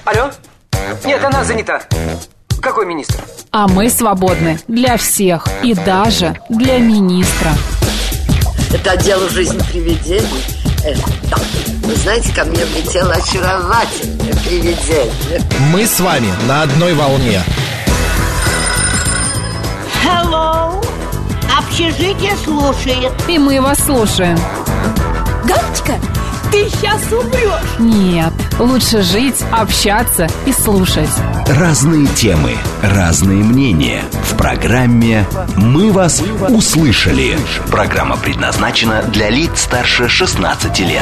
Алло? Нет, она занята. Какой министр? А мы свободны для всех и даже для министра. Это отдел «Жизнь привидений». Да. Вы знаете, ко мне влетело очаровательное привидение. Мы с вами на одной волне. Hello. Общежитие слушает. И мы вас слушаем. Галочка, ты сейчас умрешь. Нет, лучше жить, общаться и слушать. Разные темы, разные мнения. В программе «Мы вас услышали». Программа предназначена для лиц старше 16 лет.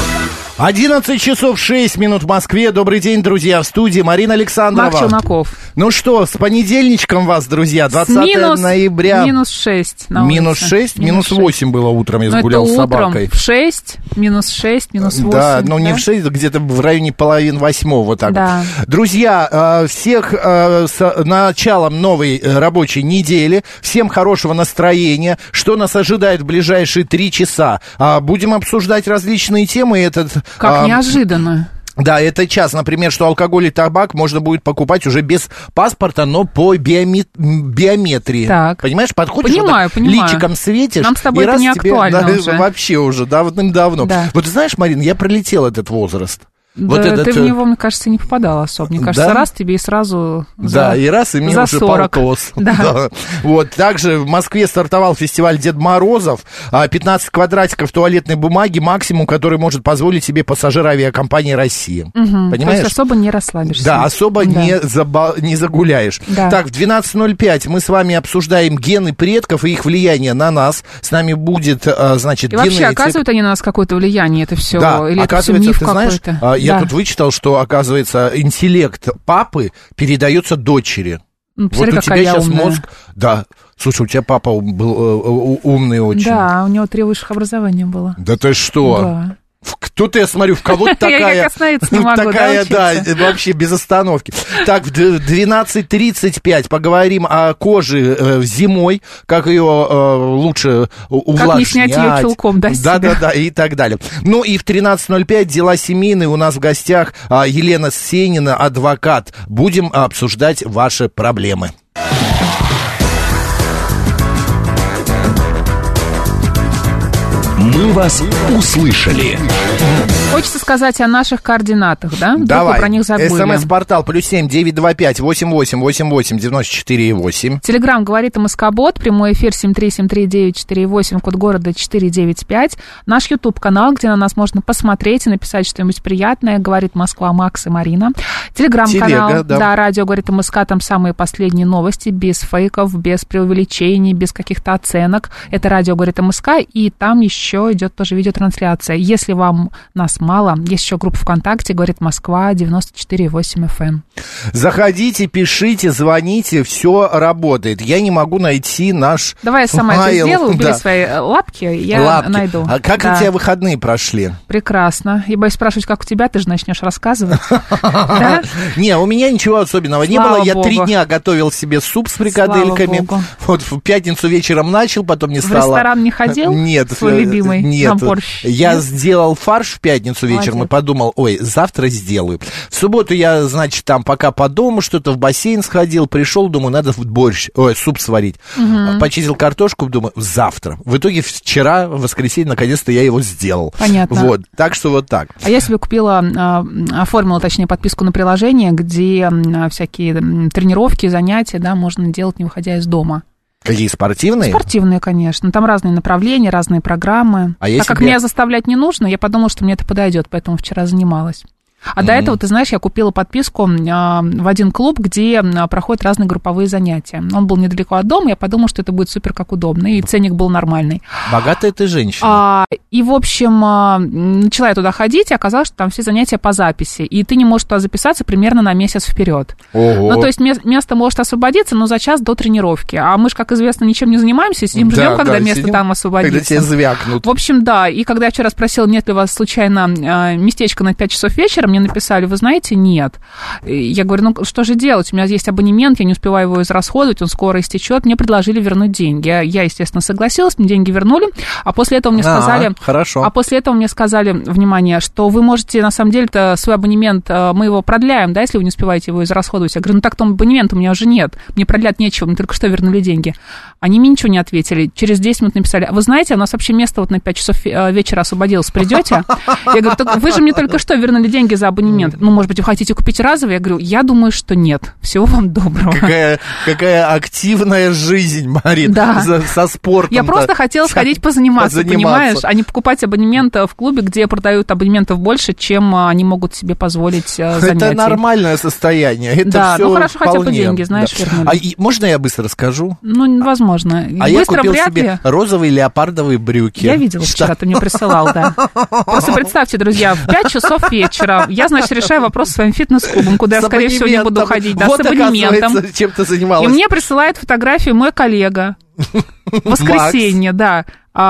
11 часов 6 минут в Москве. Добрый день, друзья, в студии Марина Александрова. Мак Челноков. Ну что, с понедельничком вас, друзья, 20 ноября. Минус 6 на улице. Минус 6? Минус 8 было утром, я гулял с собакой. В 6, минус 6, минус 8. Да, но не в 6, где-то в районе половины 8, вот так да. Вот. Друзья, всех с началом новой рабочей недели. Всем хорошего настроения. Что нас ожидает в ближайшие 3 часа? Будем обсуждать различные темы. Как неожиданно. Да, это час, например, что алкоголь и табак можно будет покупать уже без паспорта, но по биометрии. Так. Понимаешь, подходишь, понимаю. личиком светишь. Нам с тобой это не актуально уже. Вообще уже давным-давно. Да. Вот знаешь, Марин, я пролетел этот возраст. Да, вот ты в него, мне кажется, не попадал особо. Мне кажется, да? Раз тебе и сразу да, и раз, и мне за уже 40. полтос. Да. Да. Вот, также в Москве стартовал фестиваль Дед Морозов. 15 квадратиков туалетной бумаги, максимум, который может позволить себе пассажир авиакомпании «Россия». Угу. Понимаешь? То есть особо не расслабишься. Да, особо да. не загуляешь. Да. Так, в 12:05 мы с вами обсуждаем гены предков и их влияние на нас. С нами будет, значит, и вообще, оказывают они на нас какое-то влияние, это все? Да, или это все миф какой-то? Знаешь, я тут вычитал, что, оказывается, интеллект папы передается дочери. Посмотри, вот у тебя сейчас умная. мозг... Да, слушай, у тебя папа был умный очень. Да, у него 3 высших образования было. Да ты что? Да. Кто-то, я смотрю, в кого-то такая... Я остановиться не могу, такая, да, вообще без остановки. Так, в 12:35 поговорим о коже зимой, как ее лучше увлажнять. Как не снять ее чулком, да, Да, и так далее. Ну и в 13:05 дела семейные. У нас в гостях Елена Сенина, адвокат. Будем обсуждать ваши проблемы. Мы вас услышали. Хочется сказать о наших координатах, да? Давай. Вдруг про них забыли. СМС-портал +7 925 88 88 94 8. Телеграм говорит МСК-бот, прямой эфир 7373948, код города 495. Наш YouTube-канал, где на нас можно посмотреть и написать что-нибудь приятное, говорит Москва, Макс и Марина. Телеграм-канал, да, радио говорит МСК, там самые последние новости, без фейков, без преувеличений, без каких-то оценок. Это радио говорит МСК, и там еще идет тоже видеотрансляция. Если вам нас мало, есть еще группа ВКонтакте, говорит Москва, 94,8 FM. Заходите, пишите, звоните, все работает. Я не могу найти наш Давай я сама файл. это сделаю, убери свои лапки, я найду. А как у тебя выходные прошли? Прекрасно. Я боюсь спрашивать, как у тебя, ты же начнешь рассказывать. Не, у меня ничего особенного не было. Я 3 дня готовил себе суп с фрикадельками. Вот в пятницу вечером начал, потом не стало. В ресторан не ходил? Нет. Свой любимый? Нет. Борщ? Я сделал фарш в пятницу вечером и подумал, завтра сделаю. В субботу я, значит, там пока по дому что-то в бассейн сходил, пришел, думаю, надо суп сварить. Почистил картошку, думаю, завтра. В итоге вчера, в воскресенье, наконец-то я его сделал. Понятно. Вот, так что вот так. А я себе купила, оформила, точнее, подписку на приложение, где всякие тренировки, занятия, да, можно делать, не выходя из дома. Какие, спортивные? Спортивные, конечно. Там разные направления, разные программы. Так как меня заставлять не нужно, я подумала, что мне это подойдет, поэтому вчера занималась. А до этого, ты знаешь, я купила подписку в один клуб, где проходят разные групповые занятия. Он был недалеко от дома, я подумала, что это будет супер как удобно, и ценник был нормальный. Богатая ты женщина. И, в общем, начала я туда ходить, и оказалось, что там все занятия по записи, и ты не можешь туда записаться примерно на месяц вперед. Ого. Ну, то есть место может освободиться, но за час до тренировки. А мы же, как известно, ничем не занимаемся, сидим, ждем, когда место сидим, там освободится. Когда тебе звякнут. В общем, да, и когда я вчера спросила, нет ли у вас случайно местечко на 5 часов вечера, вечером мне написали: вы знаете, нет. Я говорю: ну что же делать? У меня есть абонемент, я не успеваю его израсходовать, он скоро истечет. Мне предложили вернуть деньги. Я, естественно, согласилась, мне деньги вернули, а после этого мне сказали... Хорошо. А после этого мне сказали, внимание, что вы можете, на самом деле-то, свой абонемент, мы его продляем, да, если вы не успеваете его израсходовать. Я говорю: ну так-то абонемента у меня уже нет, мне продлять нечего, мне только что вернули деньги. Они мне ничего не ответили. Через 10 минут написали: а вы знаете, у нас вообще место вот на 5 часов вечера освободилось, придете? Я говорю: так вы же мне только что вернули деньги за абонемент. Ну, может быть, вы хотите купить разовый? Я говорю: я думаю, что нет. Всего вам доброго. Какая активная жизнь, Марин, да. Со спортом. Я просто хотела сходить позаниматься, понимаешь, а не покупать абонемент в клубе, где продают абонементов больше, чем они могут себе позволить занятий. Это нормальное состояние. Это да, все ну хорошо, вполне. хотя бы деньги, знаешь, да. вернули. Можно я быстро скажу? Ну, возможно. А я купил себе розовые леопардовые брюки. Я видела вчера, ты мне присылал, да. Просто представьте, друзья, в 5 часов вечера я, значит, решаю вопрос с своим фитнес-клубом, куда я, скорее всего, не буду ходить, да, вот, с абонементом. Чем ты занималась. И мне присылает фотографию мой коллега. В воскресенье, да.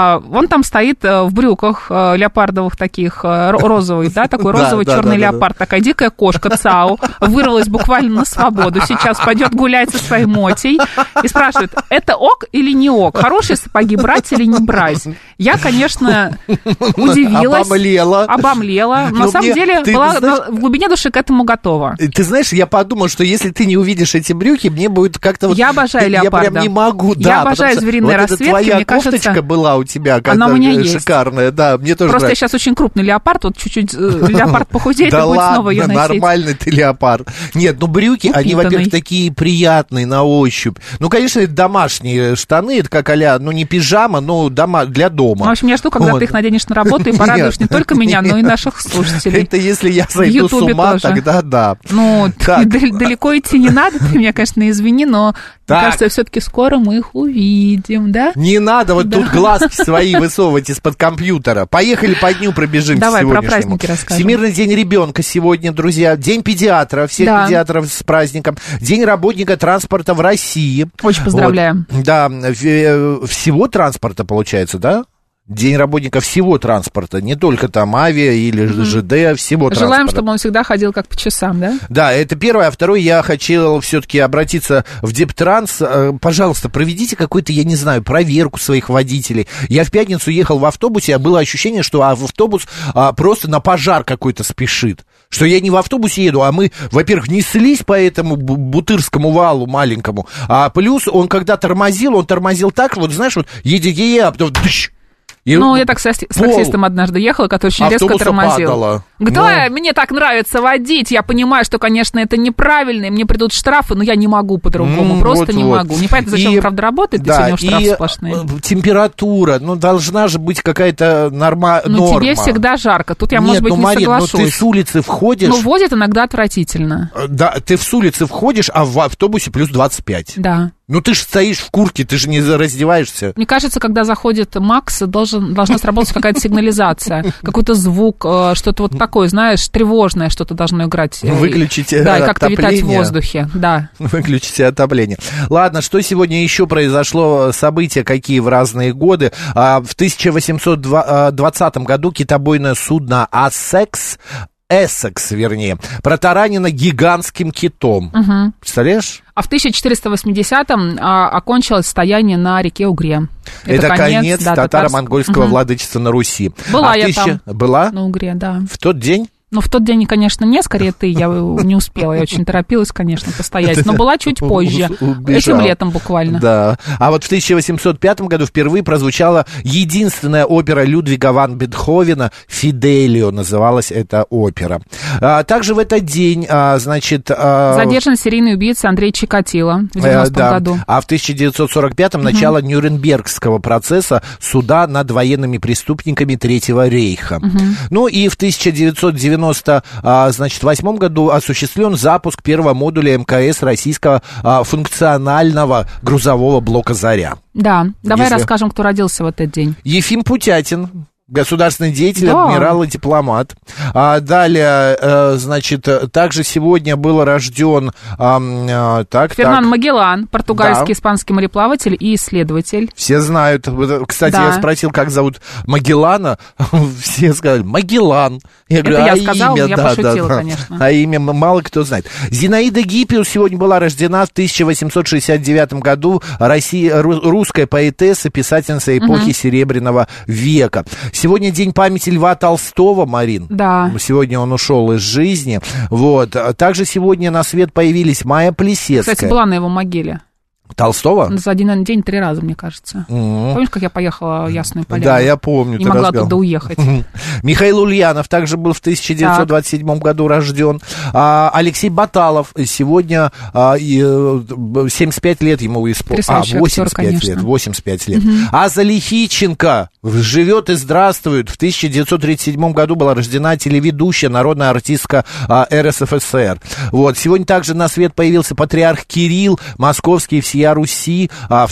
Он там стоит в брюках леопардовых таких, розовый, да, такой розовый черный леопард, такая дикая кошка Цау, вырвалась буквально на свободу, сейчас пойдет гулять со своей мотей и спрашивает: это ок или не ок, хорошие сапоги брать или не брать? Я, конечно, удивилась. Обомлела. На самом деле, была в глубине души к этому готова. Ты знаешь, я подумал, что если ты не увидишь эти брюки, мне будет как-то... Я обожаю леопарда. Я прям не могу, да. Я обожаю звериные расцветки, твоя мне кажется... кофточка была у тебя, она у меня шикарная, есть. Да, мне тоже просто нравится. Я сейчас очень крупный леопард, вот чуть-чуть леопард похудеет, и будет снова ее носить. Да ладно, нормальный ты леопард. Нет, ну брюки, они, во-первых, такие приятные на ощупь. Ну, конечно, это домашние штаны, это как а-ля, ну, не пижама, но для дома. В общем, я жду, когда ты их наденешь на работу и порадуешь не только меня, но и наших слушателей. Это если я сойду с ума, тогда да. Ну, далеко идти не надо, ты меня, конечно, извини, но мне кажется, все-таки скоро мы их увидим, да? Не надо вот тут глазки свои высовывать из-под компьютера. Поехали по дню пробежимся. Давай про праздники расскажем. Всемирный день ребенка сегодня, друзья. День педиатра, всех педиатров с праздником. День работника транспорта в России. Очень поздравляем. Вот. Да, всего транспорта получается, да? День работника всего транспорта, не только там авиа или ЖД, всего транспорта. Желаем, чтобы он всегда ходил как по часам, да? Да, это первое. А второе, я хотел все-таки обратиться в Дептранс. Пожалуйста, проведите какую-то, я не знаю, проверку своих водителей. Я в пятницу ехал в автобусе, а было ощущение, что автобус просто на пожар какой-то спешит. Что я не в автобусе еду, а мы, во-первых, неслись по этому Бутырскому валу маленькому, а плюс он когда тормозил, он тормозил так, вот знаешь, вот едет, а потом... Ну, я так с таксистом однажды ехала, который очень резко тормозил. Падало. Говорит: мне так нравится водить, я понимаю, что, конечно, это неправильно, и мне придут штрафы, но я не могу по-другому, просто не могу. Непонятно, зачем он, правда, работает, если у него штрафы сплошные. Температура, должна же быть какая-то норма. Тебе всегда жарко, тут я, может быть, не соглашусь. Ты с улицы входишь... водит иногда отвратительно. Да, ты с улицы входишь, а в автобусе плюс 25. Да. Ну, ты же стоишь в куртке, ты же не раздеваешься. Мне кажется, когда заходит Макс, должна сработать какая-то сигнализация, какой-то звук, что-то вот такое, знаешь, тревожное что-то должно играть. Выключите отопление. Да, и как-то отопление. витать в воздухе, да. Выключите отопление. Ладно, что сегодня еще произошло, события какие в разные годы. В 1820 году китобойное судно Эссекс, протаранено гигантским китом. Угу. Представляешь? А в 1480-м окончилось стояние на реке Угре. Это конец татаро-монгольского владычества на Руси. Была я там. Была? На Угре, да. В тот день? Ну, в тот день, конечно, не, скорее ты, я не успела, я очень торопилась, конечно, постоять, но была чуть позже, этим летом буквально. Да, а вот в 1805 году впервые прозвучала единственная опера Людвига ван Бетховена «Фиделио», называлась эта опера. Также в этот день, значит... Задержан серийный убийца Андрей Чикатило в 90-м году. А в 1945-м начало Нюрнбергского процесса, суда над военными преступниками Третьего рейха. Ну и в 1998 году осуществлен запуск первого модуля МКС российского функционального грузового блока «Заря». Да, давай расскажем, кто родился в этот день. Ефим Путятин. Государственный деятель, Да. адмирал и дипломат. Далее, значит, также сегодня был рожден... Фернан Магеллан, португальский, испанский мореплаватель и исследователь. Все знают. Кстати, Да. я спросил, как зовут Магеллана. Все сказали, Магеллан. Я говорю, я сказала, имя, я пошутила, конечно. А имя мало кто знает. Зинаида Гиппиус сегодня была рождена в 1869 году. Русская поэтесса, писательница эпохи Серебряного века. Сегодня день памяти Льва Толстого, Марин. Да. Сегодня он ушел из жизни. Вот. Также сегодня на свет появились Майя Плисецкая. Кстати, была на его могиле. Толстого? За один день 3 раза, мне кажется. Помнишь, как я поехала в Ясную Поляну? Да, я помню. Не могла туда уехать. Михаил Ульянов также был в 1927 году рожден. Алексей Баталов сегодня 75 лет ему исполнилось. 85 лет. Аза Лихиченко живет и здравствует. В 1937 году была рождена телеведущая, народная артистка РСФСР. Вот. Сегодня также на свет появился патриарх Кирилл, московский всея Руси в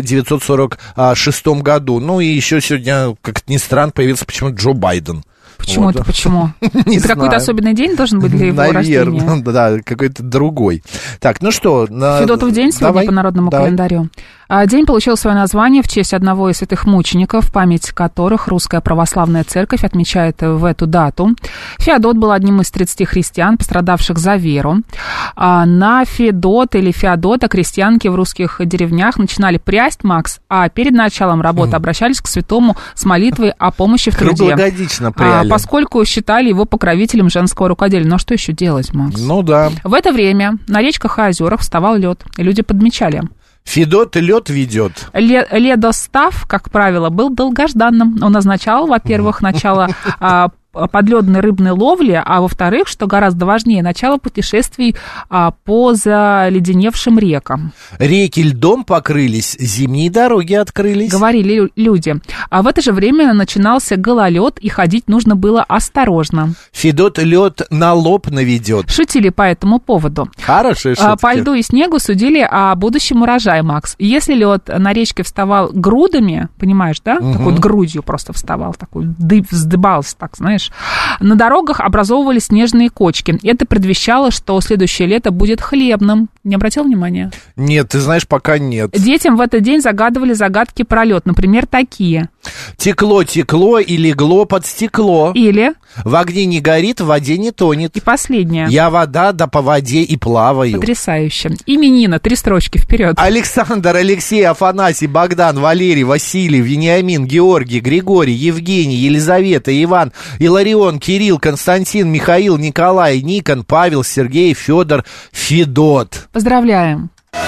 1946 году. Ну и еще сегодня, как ни странно, появился почему-то Джо Байден. Почему Вот. это? Почему? Не Это какой-то знаю. особенный день должен быть для его Наверное, рождения? да, какой-то другой. Так, ну что... Федотов день сегодня давай, по народному давай. календарю. День получил свое название в честь одного из святых мучеников, память которых Русская Православная Церковь отмечает в эту дату. Феодот был одним из 30 христиан, пострадавших за веру. На Федот или Феодота крестьянки в русских деревнях начинали прясть, Макс, а перед началом работы обращались к святому с молитвой о помощи в труде. Круглогодично пряли. Поскольку считали его покровителем женского рукоделия. Ну, а что еще делать, Макс? Ну да. В это время на речках и озерах вставал лед, и люди подмечали. Федот лед ведет. Ледостав, как правило, был долгожданным. Он означал, во-первых, начало подледной рыбной ловли, а во-вторых, что гораздо важнее, начало путешествий по заледеневшим рекам. Реки льдом покрылись, зимние дороги открылись. Говорили люди. А в это же время начинался гололед, и ходить нужно было осторожно. Федот лед на лоб наведет. Шутили по этому поводу. Хорошие шутки. По льду и снегу судили о будущем урожае, Макс. Если лед на речке вставал грудами, понимаешь, да? Такой вот грудью просто вставал, такой вздыбался, так, знаешь. На дорогах образовывались снежные кочки. Это предвещало, что следующее лето будет хлебным. Не обратил внимания? Нет, ты знаешь, пока нет. Детям в этот день загадывали загадки про лед. Например, такие. Текло и легло под стекло. Или... В огне не горит, в воде не тонет. И последнее. Я вода, да по воде и плаваю. Потрясающе. Именина, 3 строчки вперед. Александр, Алексей, Афанасий, Богдан, Валерий, Василий, Вениамин, Георгий, Григорий, Евгений, Елизавета, Иван, Иларион, Кирилл, Константин, Михаил, Николай, Никон, Павел, Сергей, Федор, Федот. Поздравляем.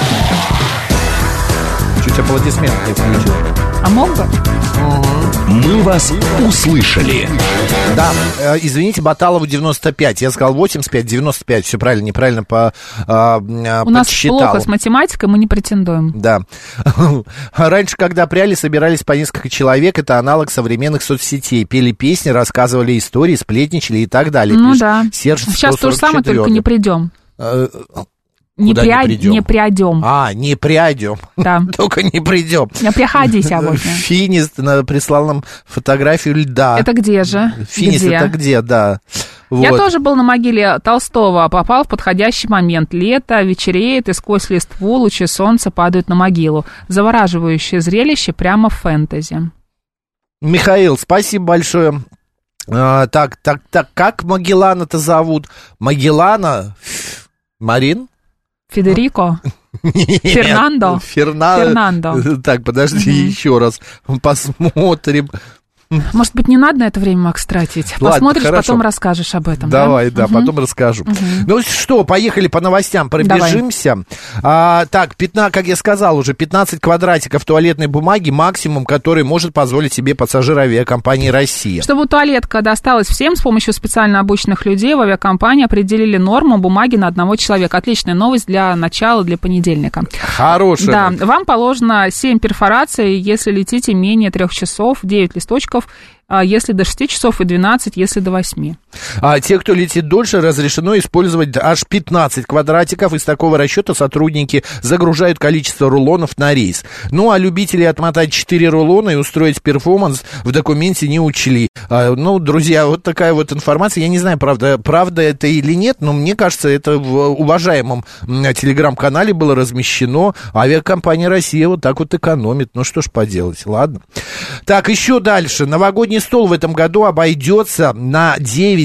Чуть аплодисменты не включил. А мог бы? Мы вас услышали. Да, извините, Баталову 95. Я сказал 85, 95. Все правильно, неправильно У нас подсчитал. плохо с математикой, мы не претендуем. Да. Раньше, когда пряли, собирались по несколько человек. Это аналог современных соцсетей. Пели песни, рассказывали истории, сплетничали и так далее. Ну Пишет да. Серж Сейчас то же самое, 144. только не придем. Не придем? придем. Не придем. Да. Только не придем. Не приходи сегодня. Финист прислал нам фотографию льда. Это где же? Финист, Где? это где, да. Я Вот. тоже был на могиле Толстого, попал в подходящий момент. Лето, вечереет, и сквозь листву лучи солнца падают на могилу. Завораживающее зрелище, прямо фэнтези. Михаил, спасибо большое. Так, как Магеллана-то зовут? Магеллана? Марин? Федерико? Фернандо? Фернандо. Так, подожди, еще раз посмотрим. Может быть, не надо на это время, Макс, тратить? Ладно, Посмотришь, хорошо. потом расскажешь об этом. Давай, да, потом расскажу. Ну что, поехали по новостям, пробежимся. Так, как я сказал уже, 15 квадратиков туалетной бумаги максимум, который может позволить себе пассажир авиакомпании «Россия». Чтобы туалетка досталась всем, с помощью специально обученных людей в авиакомпании определили норму бумаги на одного человека. Отличная новость для начала, для понедельника. Хорошая. Да, вам положено 7 перфораций, если летите менее 3 часов, 9 листочков если до 6 часов, и 12, если до 8. А те, кто летит дольше, разрешено использовать аж 15 квадратиков. Из такого расчета сотрудники загружают количество рулонов на рейс. Ну, а любители отмотать 4 рулона и устроить перформанс в документе не учли. Ну, друзья, вот такая вот информация. Я не знаю, правда это или нет, но мне кажется, это в уважаемом телеграм-канале было размещено. Авиакомпания «Россия» вот так вот экономит. Ну, что ж поделать, ладно. Так, еще дальше. Новогодний стол в этом году обойдется на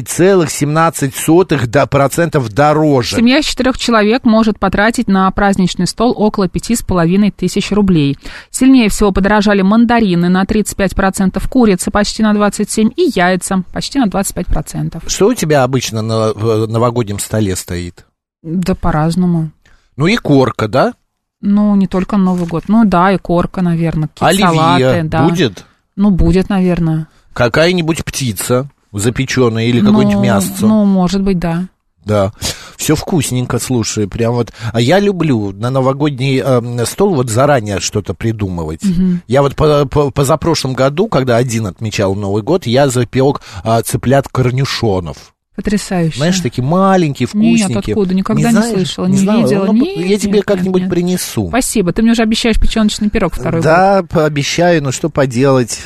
9,17% дороже. Семья из 4 человек может потратить на праздничный стол около 5500 рублей. Сильнее всего подорожали мандарины на 35%, курица почти на 27% и яйца почти на 25%. Что у тебя обычно на новогоднем столе стоит? Да по-разному. Ну, и корка, да? Ну, не только Новый год. Ну, да, и корка, наверное. Оливье салаты, да. Будет? Ну, будет, наверное. Какая-нибудь птица запеченная или какое-нибудь мясо? Ну, может быть, да. Да, все вкусненько, слушай, прям вот. А я люблю на новогодний стол вот заранее что-то придумывать. Я вот позапрошлом году, когда один отмечал Новый год, я запек цыплят-корнишонов. Потрясающе. Знаешь, такие маленькие, вкусненькие. Нет, откуда? Никогда не слышала, не видела. Ну, я тебе как-нибудь принесу. Спасибо, ты мне уже обещаешь печеночный пирог второй год. Да, пообещаю, но что поделать...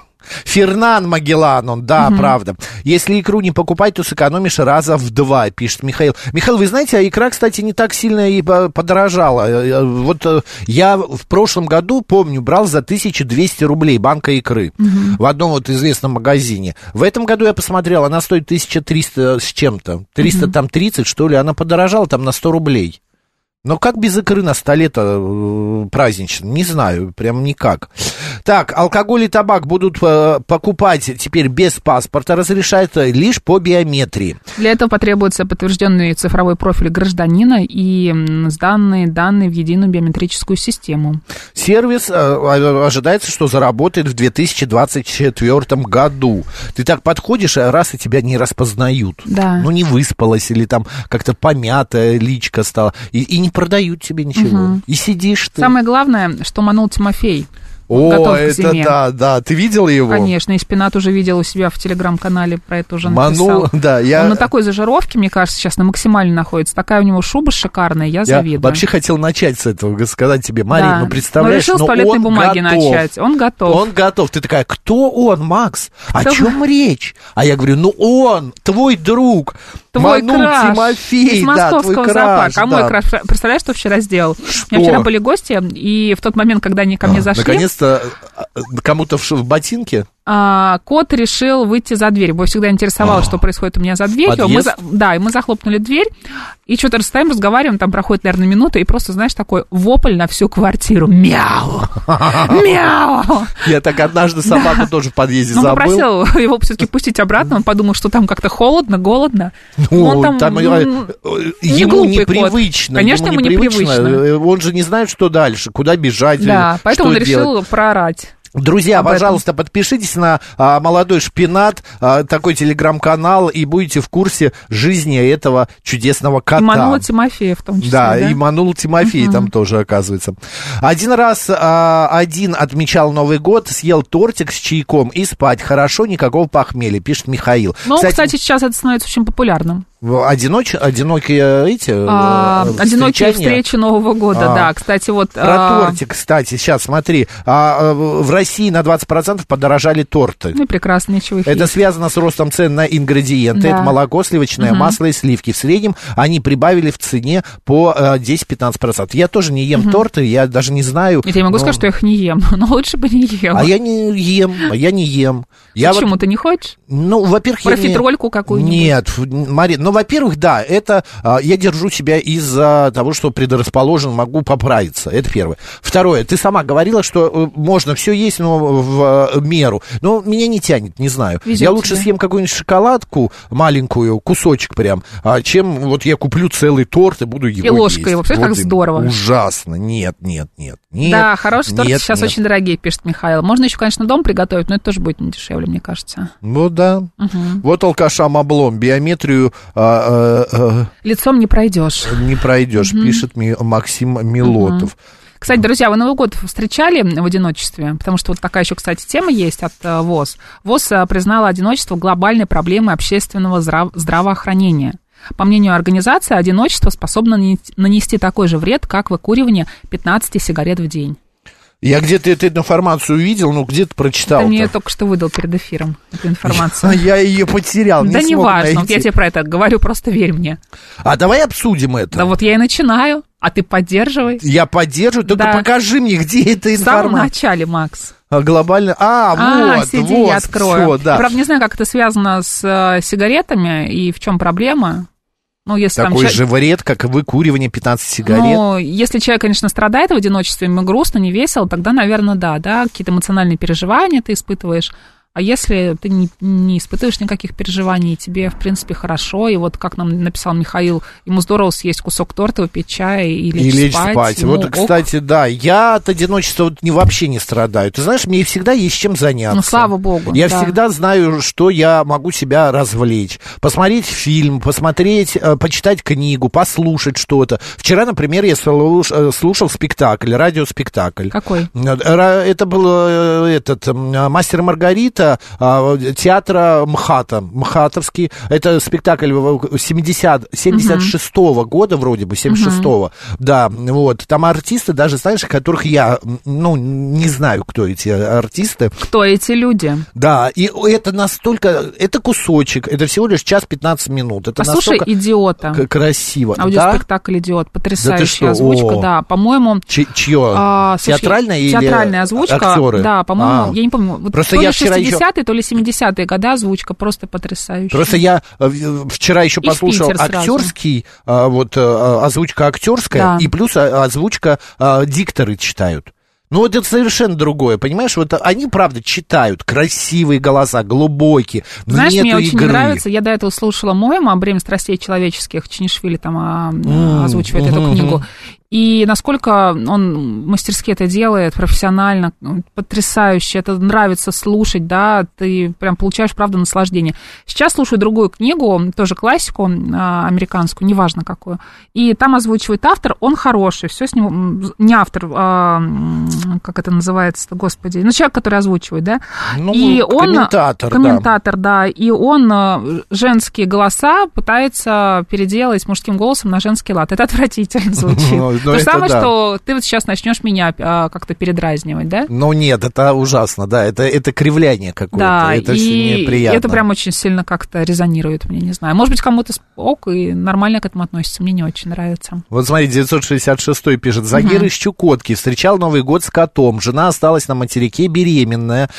Фернан Магеллан, правда. Если икру не покупать, то сэкономишь раза в 2, пишет Михаил. Михаил, вы знаете, а икра, кстати, не так сильно и подорожала. Вот я в прошлом году, помню, брал за 1200 рублей банка икры в одном вот известном магазине. В этом году я посмотрел, она стоит 1300 с чем-то. 330, что ли, она подорожала там на 100 рублей. Но как без икры на столе-то праздничным? Не знаю, прям никак. Так, алкоголь и табак будут покупать теперь без паспорта, разрешается лишь по биометрии. Для этого потребуется подтвержденный цифровой профиль гражданина и сданные данные в единую биометрическую систему. Сервис ожидается, что заработает в 2024 году. Ты так подходишь, раз и тебя не распознают. Да. Ну, не выспалась или там как-то помятая личка стала. И не продают тебе ничего. И сидишь ты. Самое главное, что манул Тимофей. О, это да. Ты видел его? Конечно, и Шпинат уже видел у себя в телеграм-канале, про это уже написал. Манул, да. Он на такой зажировке, мне кажется, сейчас на максимальной находится. Такая у него шуба шикарная, я завидую. Я вообще хотел начать с этого, сказать тебе, Марин, да. ну представляешь, решил с туалетной бумаги начать. Он готов. Он готов. Ты такая, кто он, Макс? О чем речь? А я говорю, ну он, твой друг. Твой Манул краш Тимофей, из московского зоопарка. А мой краш, представляешь, что вчера сделал? Что? У меня вчера были гости, и в тот момент, когда они ко мне зашли... Наконец-то кому-то в ботинке? Кот решил выйти за дверь. Его всегда интересовало, что происходит у меня за дверью. И мы захлопнули дверь, и что-то расстоим, разговариваем, там проходит, наверное, минута, и просто, знаешь, такой вопль на всю квартиру. Мяу! Мяу! Я так однажды собаку тоже в подъезде забыл. Он попросил его все-таки пустить обратно, он подумал, что там как-то холодно, голодно. Ему непривычно. Конечно, ему непривычно. Он же не знает, что дальше, куда бежать. Да, поэтому он решил проорать. Друзья, пожалуйста, подпишитесь на «Молодой Шпинат», такой телеграм-канал, и будете в курсе жизни этого чудесного кота. И Манула Тимофея в том числе. Да, и Манул Тимофей там тоже, оказывается. Один раз один отмечал Новый год, съел тортик с чайком и спать. Хорошо, никакого похмелья, пишет Михаил. Ну, кстати, сейчас это становится очень популярным. Одинокие одинокие встречи Нового года, да. Кстати, вот... Про тортик, кстати, сейчас смотри. В России на 20% подорожали торты. Ну, прекрасно, ничего их Это связано с ростом цен на ингредиенты. Да. Это молоко, сливочное масло и сливки. В среднем они прибавили в цене по 10-15%. Я тоже не ем торты, я даже не знаю. Я не могу сказать, что я их не ем, но лучше бы не ел. А я не ем. Почему, ты не хочешь? Ну, во-первых, профитрольку какую-нибудь? Нет, Марина, ну, во-первых, да, это я держу себя из-за того, что предрасположен, могу поправиться. Это первое. Второе, ты сама говорила, что можно все есть, но в меру. Но меня не тянет, не знаю. Везет я лучше тебе. съем какую-нибудь шоколадку маленькую, кусочек прям, чем вот я куплю целый торт и буду его есть. И ложкой его. Представляешь, как здорово. Ужасно. Нет. Да, хорошие торты сейчас очень дорогие, пишет Михаил. Можно еще, конечно, дома приготовить, но это тоже будет не дешевле, мне кажется. Ну да. Вот алкашам облом. Биометрию... лицом не пройдешь. Не пройдешь, пишет Максим Милотов. Кстати, друзья, вы Новый год встречали в одиночестве? Потому что вот такая еще, кстати, тема есть от ВОЗ. ВОЗ признала одиночество глобальной проблемой общественного здравоохранения. По мнению организации, одиночество способно нанести такой же вред, как выкуривание 15 сигарет в день. Я где-то эту информацию увидел, но где-то прочитал. Ты мне только что выдал перед эфиром эту информацию. Я ее потерял, да не важно, вот я тебе про это говорю, просто верь мне. А давай обсудим это. Да вот я и начинаю, а ты поддерживай. Я поддерживаю, только покажи мне, где эта информация. В самом начале, Макс. Глобально. Вот, сиди, вот, я открою. Всё, да. Я, правда, не знаю, как это связано с сигаретами и в чем проблема. Ну, если такой там же вред, как и выкуривание 15 сигарет. Ну, если человек, конечно, страдает в одиночестве, ему грустно, не весело, тогда, наверное, да, какие-то эмоциональные переживания ты испытываешь. А если ты не испытываешь никаких переживаний, тебе, в принципе, хорошо, и вот, как нам написал Михаил, ему здорово съесть кусок торта, выпить чай и лечь спать. Вот, кстати, да, я от одиночества вообще не страдаю. Ты знаешь, мне всегда есть чем заняться. Ну, слава богу. Я всегда знаю, что я могу себя развлечь. Посмотреть фильм, почитать книгу, послушать что-то. Вчера, например, я слушал спектакль, радиоспектакль. Какой? Это был «Мастер и Маргарита», театра МХАТа, МХАТовский. Это спектакль 76-го года, вроде бы, 76-го. Да, вот. Там артисты, даже, знаешь, которых я, не знаю, кто эти артисты. Кто эти люди? Да, и это настолько, это кусочек, это всего лишь час 15 минут. Это послушай «Идиота». Красиво. Аудиоспектакль «Идиот». Потрясающая озвучка, да. По-моему... Чье? Театральная или театральная озвучка? Актеры? Да, по-моему, я не помню. Просто то ли я вчера 60-е, то ли 70-е годы озвучка просто потрясающая. Просто я вчера еще послушал актерский, озвучка актерская, да. И плюс озвучка дикторы читают. Ну, вот это совершенно другое, понимаешь? Вот они, правда, читают, красивые голоса, глубокие, знаешь, нету мне очень игры. нравится, я до этого слушала Моэма «Бремя страстей человеческих», Чинишвили там озвучивает эту книгу. И насколько он мастерски это делает, профессионально, потрясающе, это нравится слушать, да, ты прям получаешь, правда, наслаждение. Сейчас слушаю другую книгу, тоже классику американскую, неважно какую, и там озвучивает автор, он хороший, все с ним, не автор, как это называется-то, господи, человек, который озвучивает, да, и он комментатор, да, и он женские голоса пытается переделать мужским голосом на женский лад, это отвратительно звучит. То же самое, что ты вот сейчас начнешь меня как-то передразнивать, да? Ну нет, это ужасно, да, это кривляние какое-то, да, это все неприятно. Это прям очень сильно как-то резонирует мне, не знаю. Может быть, кому-то ок и нормально к этому относится, мне не очень нравится. Вот смотри, 966-й пишет, Загир из Чукотки встречал Новый год с котом, жена осталась на материке беременная,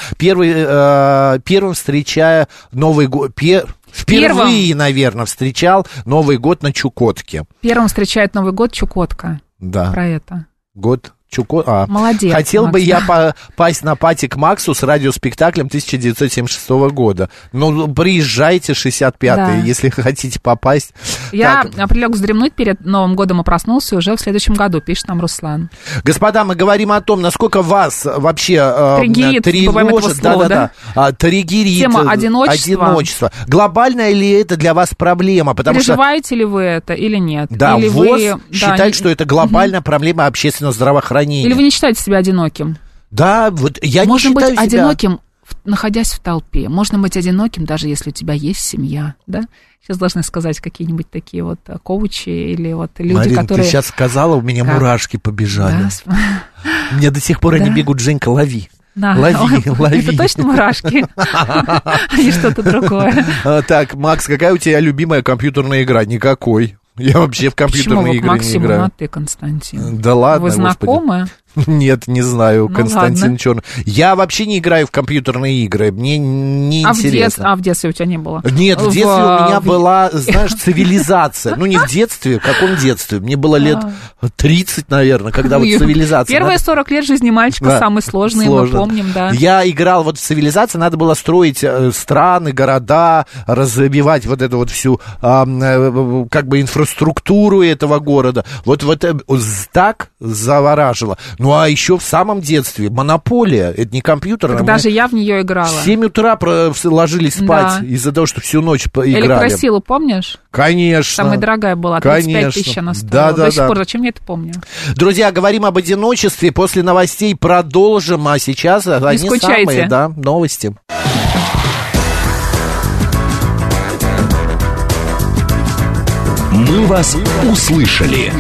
первым встречая Новый год... Впервые, наверное, встречал Новый год на Чукотке. Первым встречает Новый год Чукотка. Да. Про это. Год Чукотка. Молодец, хотел Макс, бы я попасть на пати к Максу с радиоспектаклем 1976 года. Ну, приезжайте 65-й, да. Если хотите попасть. Я прилег вздремнуть перед Новым годом и проснулся уже в следующем году, пишет нам Руслан. Господа, мы говорим о том, насколько вас вообще тревожит, триггерит тема одиночества. Глобальная ли это для вас проблема? Переживаете ли вы это или нет? Да, или ВОЗ считает, что это глобальная проблема общественного здравоохранения. Или вы не считаете себя одиноким? Да, вот я не считаю себя... Можно быть одиноким, находясь в толпе. Можно быть одиноким, даже если у тебя есть семья, да? Сейчас должны сказать какие-нибудь такие вот коучи или вот люди, Марин, которые... ты сейчас сказала, у меня мурашки побежали. Да. Мне до сих пор они бегут, Женька, лови. Да. Лови. Это точно мурашки, а не что-то другое. Так, Макс, какая у тебя любимая компьютерная игра? Никакой. Я вообще в компьютерные игры не играю. Почему ты, Константин? Да ладно, вы знакомы? Господи. Нет, не знаю, ну, Константин Черный. Я вообще не играю в компьютерные игры, мне не интересно. А в детстве у тебя не было? Нет, в детстве у меня была, знаешь, цивилизация. Ну, не в детстве, в каком детстве? Мне было лет 30, наверное, когда вот цивилизация. Первые 40 лет жизни мальчика самые сложные, мы помним, да. Я играл вот в цивилизации, надо было строить страны, города, разбивать вот эту вот всю, как бы, инфраструктуру этого города. Вот так завораживало. Ну, а еще в самом детстве «Монополия». Это не компьютер. Так даже я в нее играла. В 7 утра ложились спать из-за того, что всю ночь играли. Электросилу помнишь? Конечно. Самая дорогая была, 35 тысяч она стоила. До сих пор, зачем я это помню? Друзья, говорим об одиночестве. После новостей продолжим, а сейчас они самые новости. Мы вас услышали.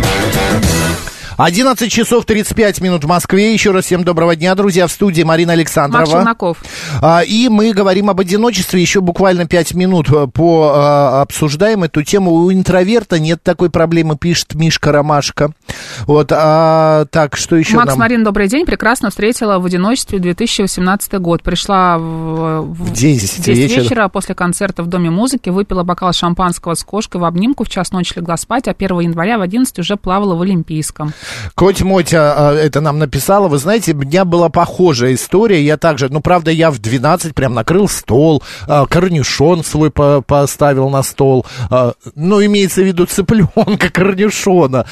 11 часов 35 минут в Москве. Еще раз всем доброго дня, друзья. В студии Марина Александрова. Макс Челноков. И мы говорим об одиночестве. Еще буквально 5 минут обсуждаем эту тему. У интроверта нет такой проблемы, пишет Мишка Ромашка. Вот, так, что еще Макс, Марина, добрый день. Прекрасно встретила в одиночестве 2018 год. Пришла в 10 вечера после концерта в Доме музыки, выпила бокал шампанского с кошкой в обнимку, в час ночи легла спать, а 1 января в 11 уже плавала в Олимпийском. Коть Мотя это нам написала. Вы знаете, у меня была похожая история. Я также, правда, я в 12 прям накрыл стол, корнишон свой поставил на стол. Имеется в виду цыпленка корнишона.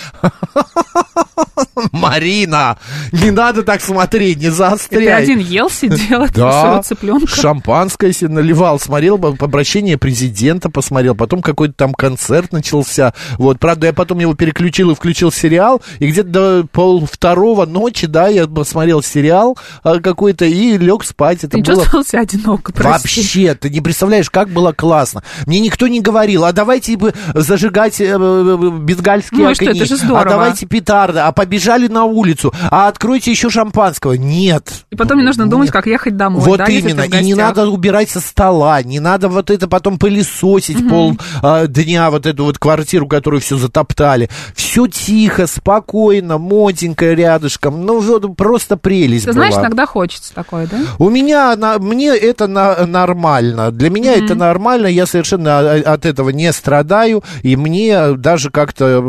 Марина, не надо так смотреть, не заостряй. Ты один ел, сидел, своего цыпленка? Шампанское себе наливал, смотрел обращение президента, посмотрел, потом какой-то там концерт начался. Вот, правда, я потом его переключил и включил сериал, и где-то до 1:30 ночи, я посмотрел сериал какой-то и лег спать. Это ты было... чувствовал себя одиноко, прости. Вообще, ты не представляешь, как было классно. Мне никто не говорил, а давайте зажигать бенгальские огни, что, это же здорово. А давайте петарды, а побежали на улицу, а откройте еще шампанского. Нет. И потом не нужно думать, как ехать домой. Вот именно, и не надо убирать со стола, не надо вот это потом пылесосить полдня, вот эту вот квартиру, которую все затоптали. Все тихо, спокойно, моденько рядышком. Просто прелесть была. Ты знаешь, иногда хочется такое, да? Мне это нормально. Для меня это нормально, я совершенно от этого не страдаю, и мне даже как-то,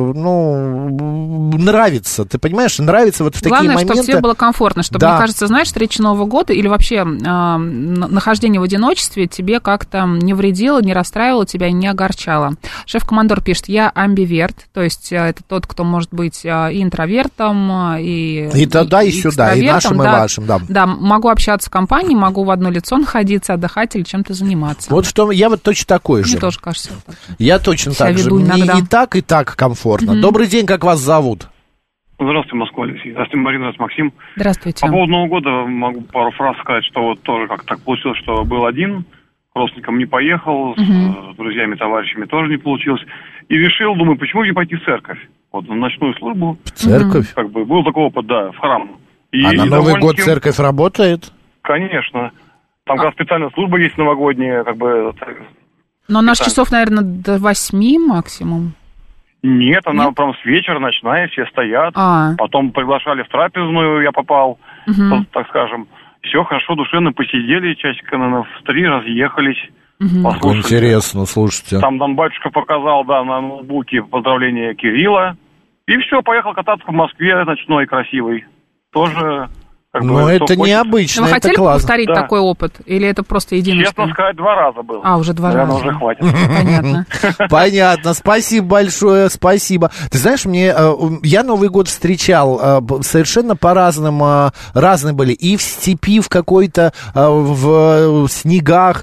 нравится. Ты понимаешь, нравится вот в такие моменты. Главное, чтобы тебе было комфортно, чтобы, мне кажется, знаешь, встреча Нового года или вообще нахождение в одиночестве тебе как-то не вредило, не расстраивало тебя и не огорчало. Шеф-командор пишет, я амбиверт, то есть это тот, кто может быть и интровертом, и туда, и сюда, и нашим, и вашим, Да, могу общаться в компании, могу в одно лицо находиться, отдыхать или чем-то заниматься. Вот в том, я вот точно такой же. Мне тоже кажется. Так же. Я точно так же. Мне и так комфортно. Добрый день, как вас зовут? Здравствуйте, Москва, Алексей. Здравствуйте, Марина, здравствуйте, Максим. Здравствуйте. По поводу Нового года могу пару фраз сказать, что вот тоже как-то так получилось, что был один, к родственникам не поехал, с друзьями, товарищами тоже не получилось. И решил, думаю, почему не пойти в церковь? Вот на ночную службу. В церковь? Как бы был такой опыт, в храм. На Новый год церковь работает? Конечно. Там как специальная служба есть новогодняя, Но она же часов, наверное, до 8 максимум. Нет, она прям с вечера ночная, все стоят. Потом приглашали в трапезную, я попал, так скажем. Все хорошо, душевно посидели, часика, наверное, в 3 разъехались. Интересно, слушайте. Там батюшка показал, на ноутбуке поздравления Кирилла. И все, поехал кататься по Москве ночной, красивой. Тоже... это необычно, вы хотели классно. Повторить такой опыт? Или это просто единожды? Честно сказать, 2 раза был. Уже 2 раза. Уже хватит. Понятно. Понятно, спасибо большое, спасибо. Ты знаешь, я Новый год встречал совершенно по-разному, разные были. И в степи в какой-то, в снегах,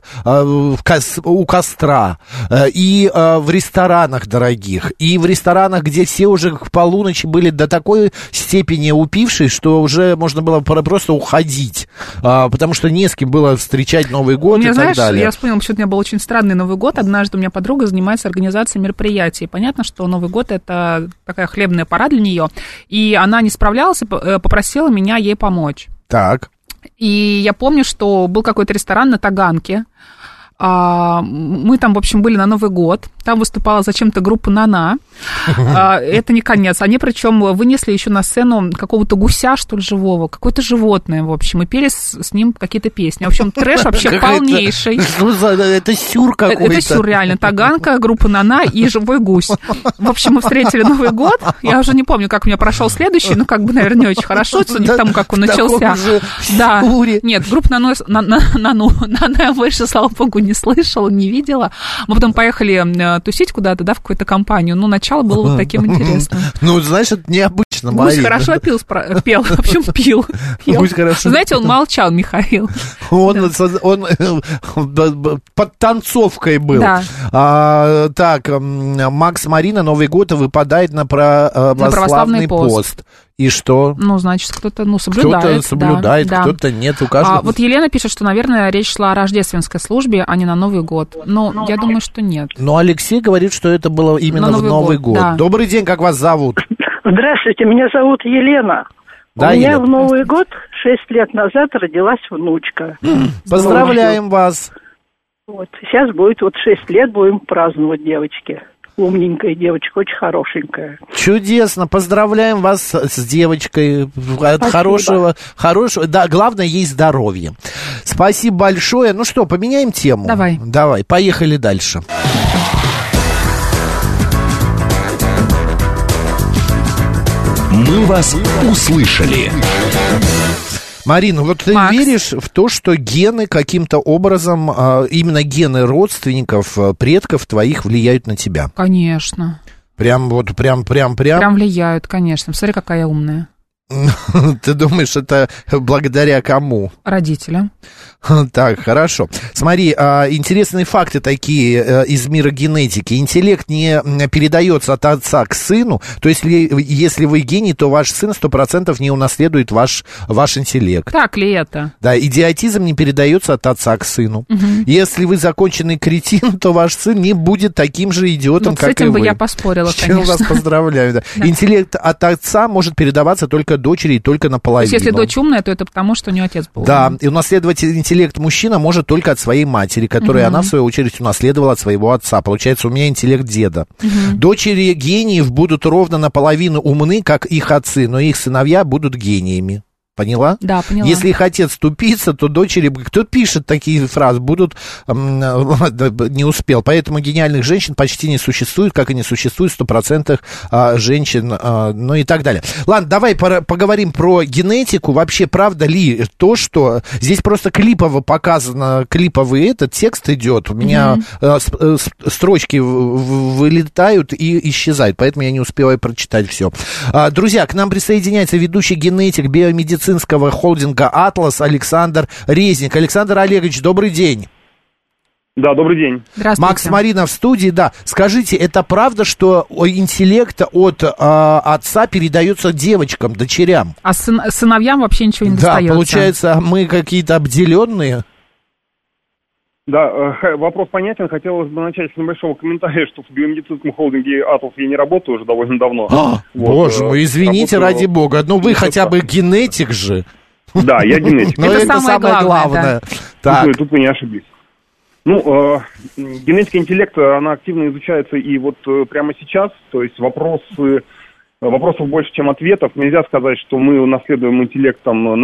у костра, и в ресторанах дорогих, и в ресторанах, где все уже к полуночи были до такой степени упившие, что уже можно было просто уходить, потому что не с кем было встречать Новый год и так далее. Я вспомнила, почему-то у меня был очень странный Новый год. Однажды у меня подруга занимается организацией мероприятий. Понятно, что Новый год — это такая хлебная пора для нее. И она не справлялась и попросила меня ей помочь. Так. И я помню, что был какой-то ресторан на Таганке. Мы там, в общем, были на Новый год. Там выступала зачем-то группа «Нана». Это не конец. Они, причем, вынесли еще на сцену какого-то гуся, что ли, живого. Какое-то животное, в общем. И пели с ним какие-то песни. В общем, трэш вообще полнейший. Это сюр какой-то. Это сюр, реально. Таганка, группа «Нана» и живой гусь. В общем, мы встретили Новый год. Я уже не помню, как у меня прошел следующий, но наверное, не очень хорошо, судя по тому, как он начался. Да. Нет, группа «Нана» я больше, слава богу, не слышала, не видела. Мы потом поехали тусить куда-то, в какую-то компанию. Начало было вот таким интересным. Знаешь, это необычно. Отлично, Гусь Марина. хорошо пел. В общем, пил. Гусь хорошо. Знаете, он молчал, Михаил. Он под танцовкой был. Да. Так, Макс Марина, Новый год выпадает на православный пост. И что? Ну, значит, кто-то соблюдает. Кто-то соблюдает, да. кто-то нет. У каждого... Вот Елена пишет, что, наверное, речь шла о рождественской службе, а не на Новый год. Но я думаю, что нет. Но Алексей говорит, что это было именно в Новый год. Да. Добрый день, как вас зовут? Здравствуйте, меня зовут Елена. Да, У меня Елена. в Новый год 6 лет назад родилась внучка. Поздравляем вас. Вот. Сейчас будет 6 лет, будем праздновать, девочки. Умненькая девочка, очень хорошенькая. Чудесно, поздравляем вас с девочкой. От хорошего. Да, главное, ей здоровье. Спасибо большое. Ну что, поменяем тему? Давай, поехали дальше. Мы вас услышали. Марина, вот ты веришь в то, что гены каким-то образом, именно гены родственников, предков твоих влияют на тебя? Конечно. Прям влияют, конечно. Смотри, какая я умная. Ты думаешь, это благодаря кому? Родителям. Так, хорошо. Смотри, интересные факты такие из мира генетики. Интеллект не передается от отца к сыну. То есть, если вы гений, то ваш сын 100% не унаследует ваш интеллект. Так ли это? Да, идиотизм не передается от отца к сыну. Угу. Если вы законченный кретин, то ваш сын не будет таким же идиотом, как и вы. С этим бы я поспорила, конечно. С чем вас поздравляю. Да. Да. Интеллект от отца может передаваться только дочери и только наполовину. То есть, если дочь умная, то это потому, что у нее отец был. Да, и унаследовать интеллект мужчина может только от своей матери, которую она, в свою очередь, унаследовала от своего отца. Получается, у меня интеллект деда. Дочери гениев будут ровно наполовину умны, как их отцы, но их сыновья будут гениями. Поняла? Да, поняла. Если их отец тупица, то дочери... Кто пишет такие фразы? Будут... Не успел. Поэтому гениальных женщин почти не существует, как и не существует 100% женщин, ну и так далее. Ладно, давай поговорим про генетику. Вообще, правда ли то, что... Здесь просто клипово показано, клиповый этот текст идет. У меня строчки вылетают и исчезают, поэтому я не успеваю прочитать все. Друзья, к нам присоединяется ведущий генетик биомедицинского холдинга «Атлас» Александр Резник. Александр Олегович, добрый день. Да, добрый день. Здравствуйте. Макс Марина в студии, да. Скажите, это правда, что интеллект от отца передается девочкам, дочерям? А сыновьям вообще ничего не достается? Да, получается, мы какие-то обделенные? Да, вопрос понятен. Хотелось бы начать с небольшого комментария, что в биомедицинском холдинге «Атлас» я не работаю уже довольно давно. Боже мой, извините, ради бога. Ну вы хотя бы генетик же. Да, я генетик. Но это самое главное. Тут вы не ошиблись. Ну, генетика интеллекта, она активно изучается и вот прямо сейчас, то есть вопросов больше, чем ответов. Нельзя сказать, что мы наследуем интеллект,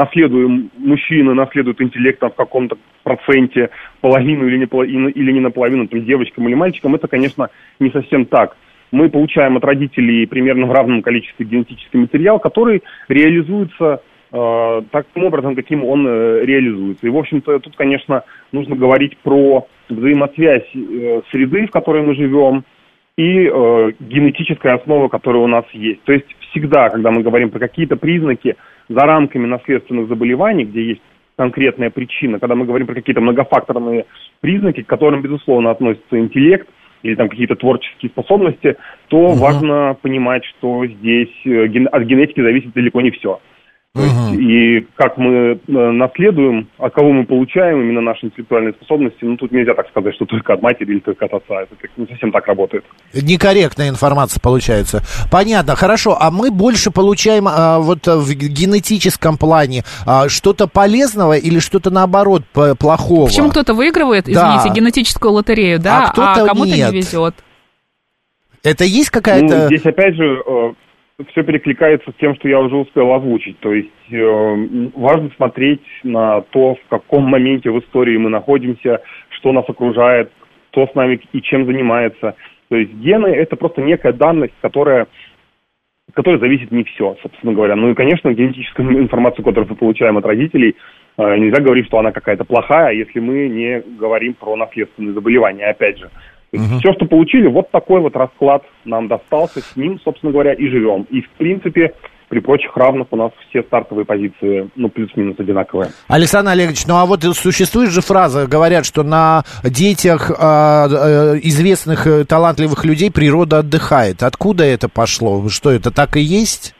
мужчины наследуют интеллект в каком-то проценте, половину или не наполовину, девочкам или мальчикам. Это, конечно, не совсем так. Мы получаем от родителей примерно в равном количестве генетический материал, который реализуется таким образом, каким он реализуется. И, в общем-то, тут, конечно, нужно говорить про взаимосвязь среды, в которой мы живем, и генетическая основа, которая у нас есть. То есть всегда, когда мы говорим про какие-то признаки за рамками наследственных заболеваний, где есть конкретная причина, когда мы говорим про какие-то многофакторные признаки, к которым, безусловно, относится интеллект или там какие-то творческие способности, то важно понимать, что здесь от генетики зависит далеко не все. То есть, и как мы наследуем, от кого мы получаем именно наши интеллектуальные способности, ну, тут нельзя так сказать, что только от матери или только от отца. Это не совсем так работает. Некорректная информация получается. Понятно, хорошо. А мы больше получаем вот в генетическом плане что-то полезного или что-то, наоборот, плохого? Почему кто-то выигрывает, извините, генетическую лотерею, да, а кому-то не везет? Это есть какая-то... Ну, здесь, опять же... все перекликается с тем, что я уже успел озвучить. То есть важно смотреть на то, в каком моменте в истории мы находимся, что нас окружает, кто с нами и чем занимается. То есть гены – это просто некая данность, которая зависит не все, собственно говоря. Ну и, конечно, генетическую информацию, которую мы получаем от родителей, нельзя говорить, что она какая-то плохая, если мы не говорим про наследственные заболевания, опять же. Все, что получили, вот такой вот расклад нам достался, с ним, собственно говоря, и живем. И, в принципе, При прочих равных у нас все стартовые позиции, плюс-минус одинаковые. Александр Олегович, ну а вот существует же фраза, говорят, что на детях известных талантливых людей природа отдыхает. Откуда это пошло? Что, это так и есть?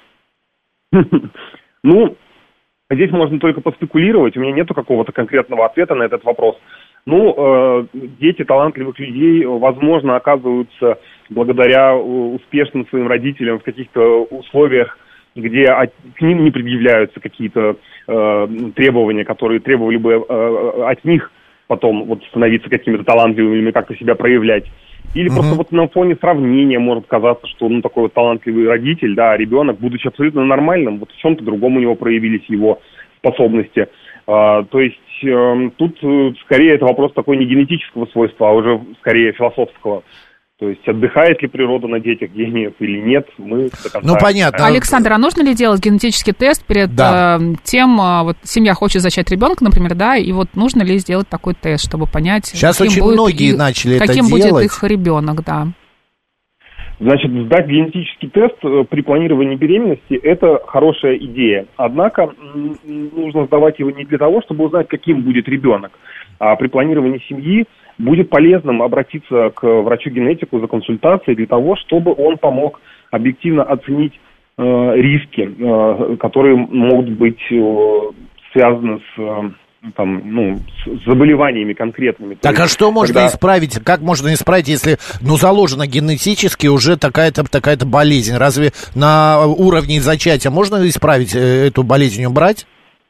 Ну, здесь можно только поспекулировать, у меня нету какого-то конкретного ответа на этот вопрос. Дети талантливых людей, возможно, оказываются благодаря успешным своим родителям в каких-то условиях, где к ним не предъявляются какие-то требования, которые требовали бы от них потом становиться какими-то талантливыми или как-то себя проявлять. Или просто на фоне сравнения может казаться, что такой талантливый родитель, да, ребенок, будучи абсолютно нормальным, в чем-то другом у него проявились его способности. То есть тут скорее это вопрос такой не генетического свойства, а уже скорее философского. То есть отдыхает ли природа на детях гениев или нет, мы до конца... понятно. Александр, а нужно ли делать генетический тест перед тем, семья хочет зачать ребенка, например, да, и нужно ли сделать такой тест, чтобы понять, сейчас очень многие начали это делать. Каким будет их ребенок, да. Значит, сдать генетический тест при планировании беременности – это хорошая идея. Однако нужно сдавать его не для того, чтобы узнать, каким будет ребенок, а при планировании семьи будет полезным обратиться к врачу-генетику за консультацией для того, чтобы он помог объективно оценить риски, которые могут быть связаны с заболеваниями конкретными. Так, а что можно исправить? Как можно исправить, если, заложено генетически уже такая-то болезнь? Разве на уровне зачатия можно исправить эту болезнь, убрать?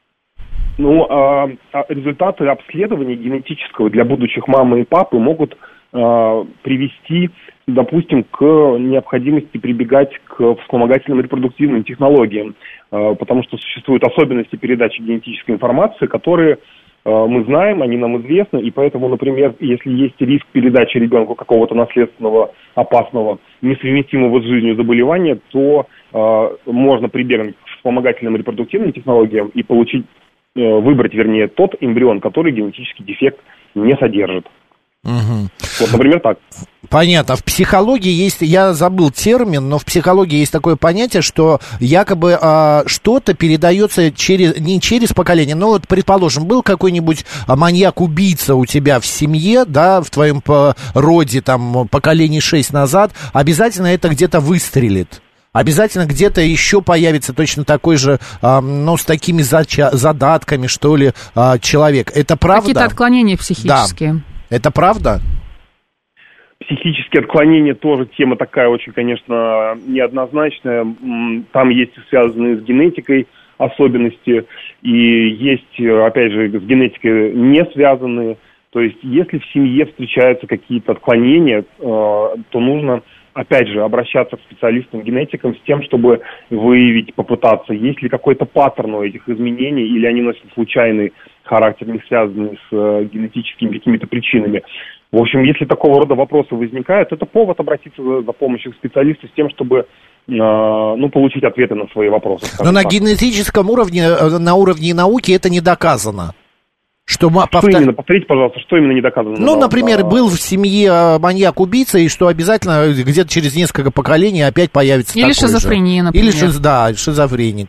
Результаты обследования генетического для будущих мамы и папы могут привести, допустим, к необходимости прибегать к вспомогательным репродуктивным технологиям, потому что существуют особенности передачи генетической информации, которые мы знаем, они нам известны, и поэтому, например, если есть риск передачи ребенку какого-то наследственного, опасного, несовместимого с жизнью заболевания, то можно прибегнуть к вспомогательным репродуктивным технологиям и выбрать тот эмбрион, который генетический дефект не содержит. Угу. Например, так. Понятно. В психологии есть, я забыл термин, но в психологии есть такое понятие, что якобы что-то передается не через поколение, но предположим, был какой-нибудь маньяк-убийца у тебя в семье, да, в твоем роде, поколений 6 назад, обязательно это где-то выстрелит. Обязательно где-то еще появится точно такой же, с такими задатками, что ли, человек. Это правда? Какие-то отклонения психические. Да. Это правда? Психические отклонения тоже тема такая очень, конечно, неоднозначная. Там есть связанные с генетикой особенности, и есть, опять же, с генетикой не связанные. То есть, если в семье встречаются какие-то отклонения, то нужно, опять же, обращаться к специалистам-генетикам с тем, чтобы выявить, попытаться, есть ли какой-то паттерн у этих изменений, или они носят случайный характер, не связанный с генетическими какими-то причинами. В общем, если такого рода вопросы возникают, это повод обратиться за помощью к специалисту с тем, чтобы получить ответы на свои вопросы. Но на генетическом уровне, на уровне науки это не доказано. Что именно? Повторите, пожалуйста, что именно не доказано? Например, был в семье маньяк-убийца, и что обязательно где-то через несколько поколений опять появится такой же. Или шизофрения, например. Или шизофреник.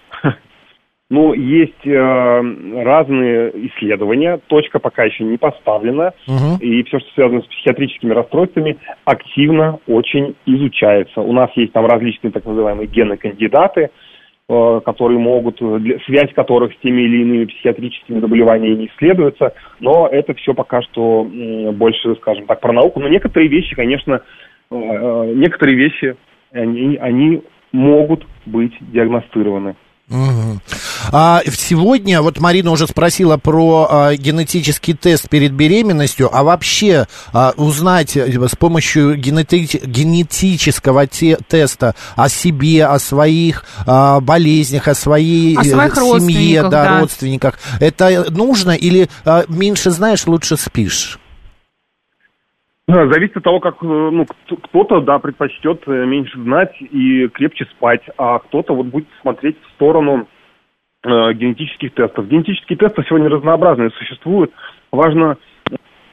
Есть разные исследования, точка пока еще не поставлена, и все, что связано с психиатрическими расстройствами, активно очень изучается. У нас есть там различные так называемые гены-кандидаты, которые могут, связь которых с теми или иными психиатрическими заболеваниями не исследуется, но это все пока что больше, скажем так, про науку. Но некоторые вещи, конечно, они могут быть диагностированы. Угу. Сегодня, Марина уже спросила про генетический тест перед беременностью, а вообще узнать с помощью генетического теста о себе, о своих болезнях, о своей семье, родственниках, это нужно или меньше знаешь, лучше спишь? Зависит от того, как кто-то, предпочтет меньше знать и крепче спать, а кто-то будет смотреть в сторону генетических тестов. Генетические тесты сегодня разнообразные существуют. Важно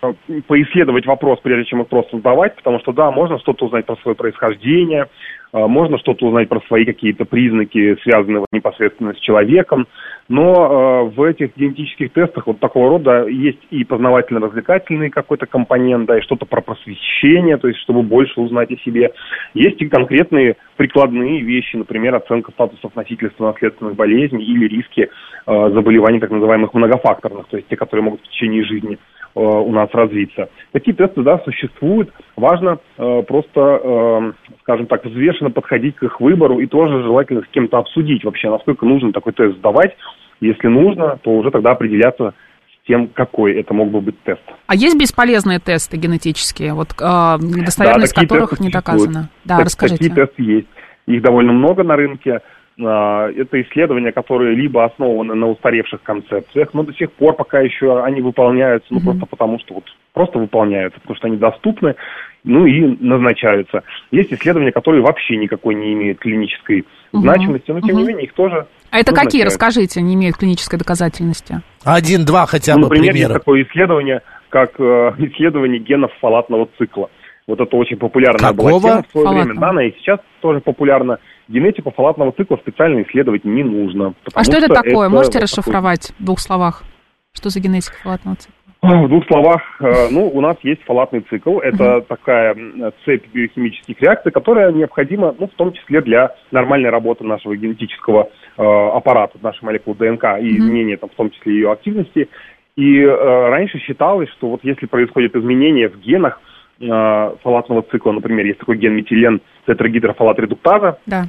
поисследовать вопрос, прежде чем их просто задавать, потому что, да, можно что-то узнать про свое происхождение, можно что-то узнать про свои какие-то признаки, связанные непосредственно с человеком, но в этих генетических тестах вот такого рода есть и познавательно-развлекательный какой-то компонент, да, и что-то про просвещение, то есть чтобы больше узнать о себе. Есть и конкретные прикладные вещи, например, оценка статусов носительства наследственных болезней или риски заболеваний, так называемых многофакторных, то есть те, которые могут в течение жизни у нас развиться. Такие тесты, да, существуют. Важно просто, скажем так, взвешенно подходить к их выбору и тоже желательно с кем-то обсудить вообще, насколько нужно такой тест сдавать. Если нужно, то уже тогда определяться с тем, какой это мог бы быть тест. А есть бесполезные тесты генетические, вот достоверность которых не доказана? Да, расскажите. Такие тесты есть. Их довольно много на рынке. Это исследования, которые либо основаны на устаревших концепциях, но до сих пор пока еще они выполняются, ну, просто потому что вот просто выполняются, потому что они доступны, ну, и назначаются. Есть исследования, которые вообще никакой не имеют клинической значимости, но, тем не менее, их тоже А это какие, расскажите, не имеют клинической доказательности? 1-2 хотя бы например, примера. есть такое исследование, как исследование генов фолатного цикла. Вот это очень популярная была тема в свое время. Да, она и сейчас тоже популярна. Генетику фолатного цикла специально исследовать не нужно. А что это такое? Можете расшифровать в 2 словах? Что за генетика фолатного цикла? В 2 словах, у нас есть фолатный цикл. Это такая цепь биохимических реакций, которая необходима, в том числе для нормальной работы нашего генетического аппарата, нашей молекулы ДНК и изменения, в том числе ее активности. И раньше считалось, что вот если происходят изменения в генах фолатного цикла, например, есть такой ген метилен тетрагидрофолат-редуктаза, да.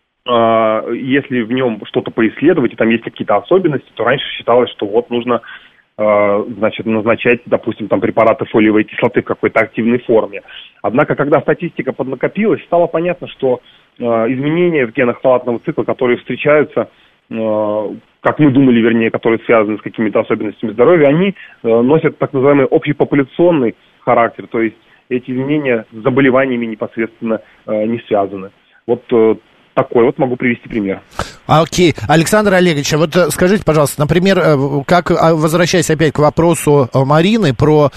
Если в нем что-то поисследовать, и там есть какие-то особенности, то раньше считалось, что вот нужно назначать, допустим, там препараты фолиевой кислоты в какой-то активной форме. Однако, когда статистика поднакопилась, стало понятно, что изменения в генах фолатного цикла, которые встречаются, как мы думали, вернее, которые связаны с какими-то особенностями здоровья, они носят так называемый общепопуляционный характер, то есть эти изменения с заболеваниями непосредственно не связаны. Вот такой вот могу привести пример. Окей. Александр Олегович, вот скажите, пожалуйста, например, как, возвращаясь опять к вопросу Марины про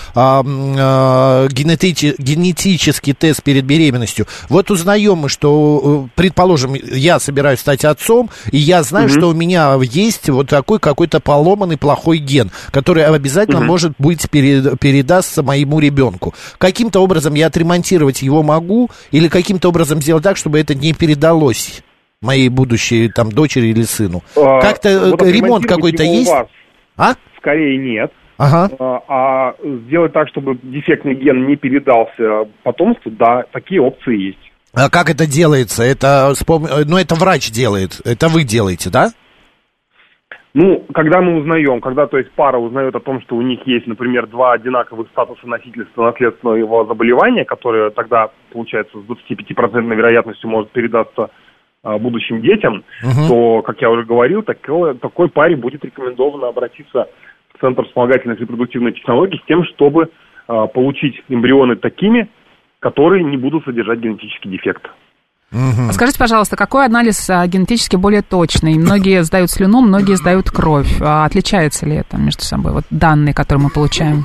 генетический тест перед беременностью. Вот узнаем мы, что, предположим, я собираюсь стать отцом, и я знаю, что у меня есть вот такой какой-то поломанный плохой ген, который обязательно, может быть, передастся моему ребенку. Каким-то образом я отремонтировать его могу, или каким-то образом сделать так, чтобы это не передалось моей будущей там дочери или сыну? Как-то вот ремонт какой-то есть? Скорее нет. Ага. А сделать так, чтобы дефектный ген не передался потомству, да, такие опции есть. А как это делается? Это врач делает, это вы делаете, да? Когда мы узнаем, то есть пара узнает о том, что у них есть, например, 2 одинаковых статуса носительства наследственного заболевания, которое тогда, получается, с 25% вероятностью может передаться будущим детям, то, как я уже говорил, такой паре будет рекомендовано обратиться в Центр вспомогательных репродуктивных технологий с тем, чтобы получить эмбрионы такими, которые не будут содержать генетический дефект. Скажите, пожалуйста, какой анализ генетически более точный? Многие сдают слюну, многие сдают кровь. Отличается ли это между собой, вот данные, которые мы получаем?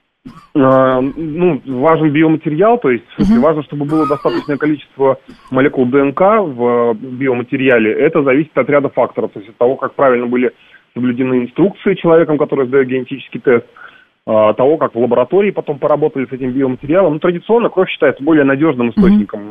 Важен биоматериал, то есть важно, чтобы было достаточное количество молекул ДНК в биоматериале. Это зависит от ряда факторов, то есть от того, как правильно были соблюдены инструкции человеком, который сдает генетический тест, того, как в лаборатории потом поработали с этим биоматериалом. Традиционно кровь считается более надежным источником,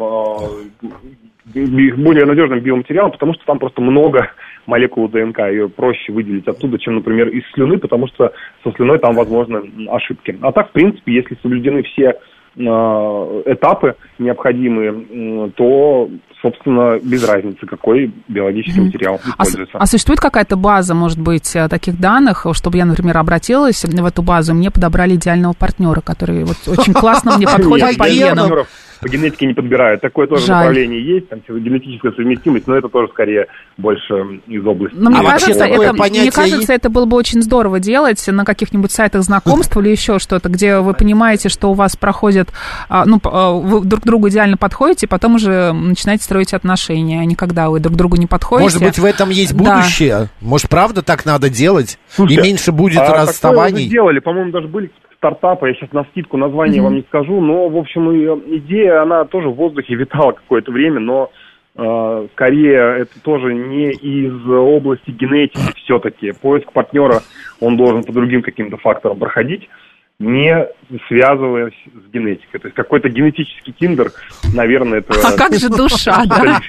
более надежным биоматериалом, потому что там просто много молекул ДНК, ее проще выделить оттуда, чем, например, из слюны, потому что со слюной там возможны ошибки. А так, в принципе, если соблюдены все этапы необходимые, то, собственно, без разницы, какой биологический материал используется. А существует какая-то база, может быть, таких данных, чтобы я, например, обратилась в эту базу, мне подобрали идеального партнера, который вот очень классно мне подходит по генам? По генетике не подбирают. Такое тоже направление есть, там генетическая совместимость, но это тоже скорее больше из области. Но мне кажется, это было бы очень здорово делать на каких-нибудь сайтах знакомств или еще что-то, где вы понимаете, что у вас проходит, вы друг к другу идеально подходите, и потом уже начинаете строить отношения, а не когда вы друг к другу не подходите. Может быть, в этом есть будущее? Да. Может, правда так надо делать? Слушайте, и меньше будет расставаний? Такое уже делали, по-моему, даже были стартапа, я сейчас навскидку название вам не скажу, но, в общем, идея, она тоже в воздухе витала какое-то время, но скорее это тоже не из области генетики все-таки. Поиск партнера, он должен по другим каким-то факторам проходить, не связываясь с генетикой. То есть какой-то генетический киндер, наверное, это... А как же душа, да?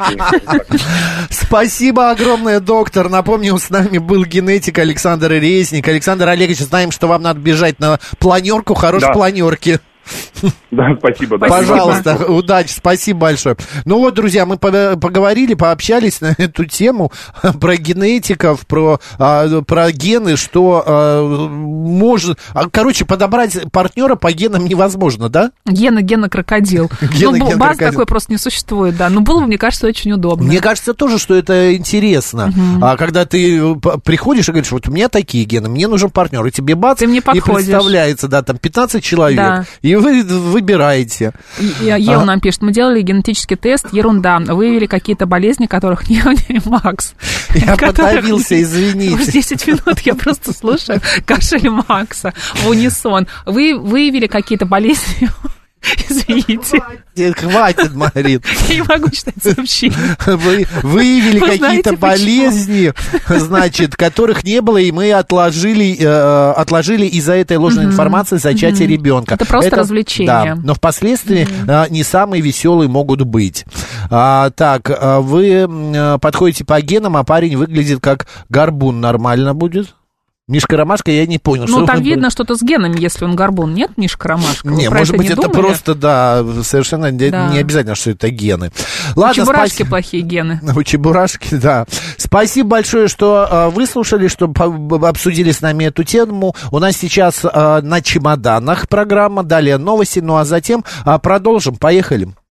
Спасибо огромное, доктор. Напомню, с нами был генетик Александр Резник. Александр Олегович, знаем, что вам надо бежать на планерку. Хорошей планерки. Да, спасибо. Да. Пожалуйста, удачи, спасибо большое. Ну вот, друзья, мы поговорили, пообщались на эту тему про генетиков, про гены, что может... Короче, подобрать партнера по генам невозможно, да? Гена крокодил. Баз такой просто не существует, да. Но было бы, мне кажется, очень удобно. Мне кажется тоже, что это интересно. Когда ты приходишь и говоришь, вот у меня такие гены, мне нужен партнер, и тебе бац, и представляется, да, там 15 человек, и вы выбираете. Ева нам пишет, мы делали генетический тест, ерунда, выявили какие-то болезни, которых не Макс. Я подавился, извините. Уже 10 минут я просто слушаю кашель Макса в унисон. Вы выявили какие-то болезни... Извините. Хватит, Марин. Я не могу читать сообщения. Выявили какие-то болезни, значит, которых не было, и мы отложили из-за этой ложной информации зачатие ребенка. Это просто развлечение. Да, но впоследствии не самые веселые могут быть. Так, вы подходите по генам, а парень выглядит как горбун. Нормально будет? Мишка Ромашка, я не понял. Ну, там видно что-то с генами, если он горбун. Нет, Мишка Ромашка? Не, может быть, это просто, да, совершенно не обязательно, что это гены. Ладно, у Чебурашки плохие гены. У Чебурашки, да. Спасибо большое, что выслушали, что обсудили с нами эту тему. У нас сейчас на чемоданах программа, далее новости, ну а затем продолжим. Поехали.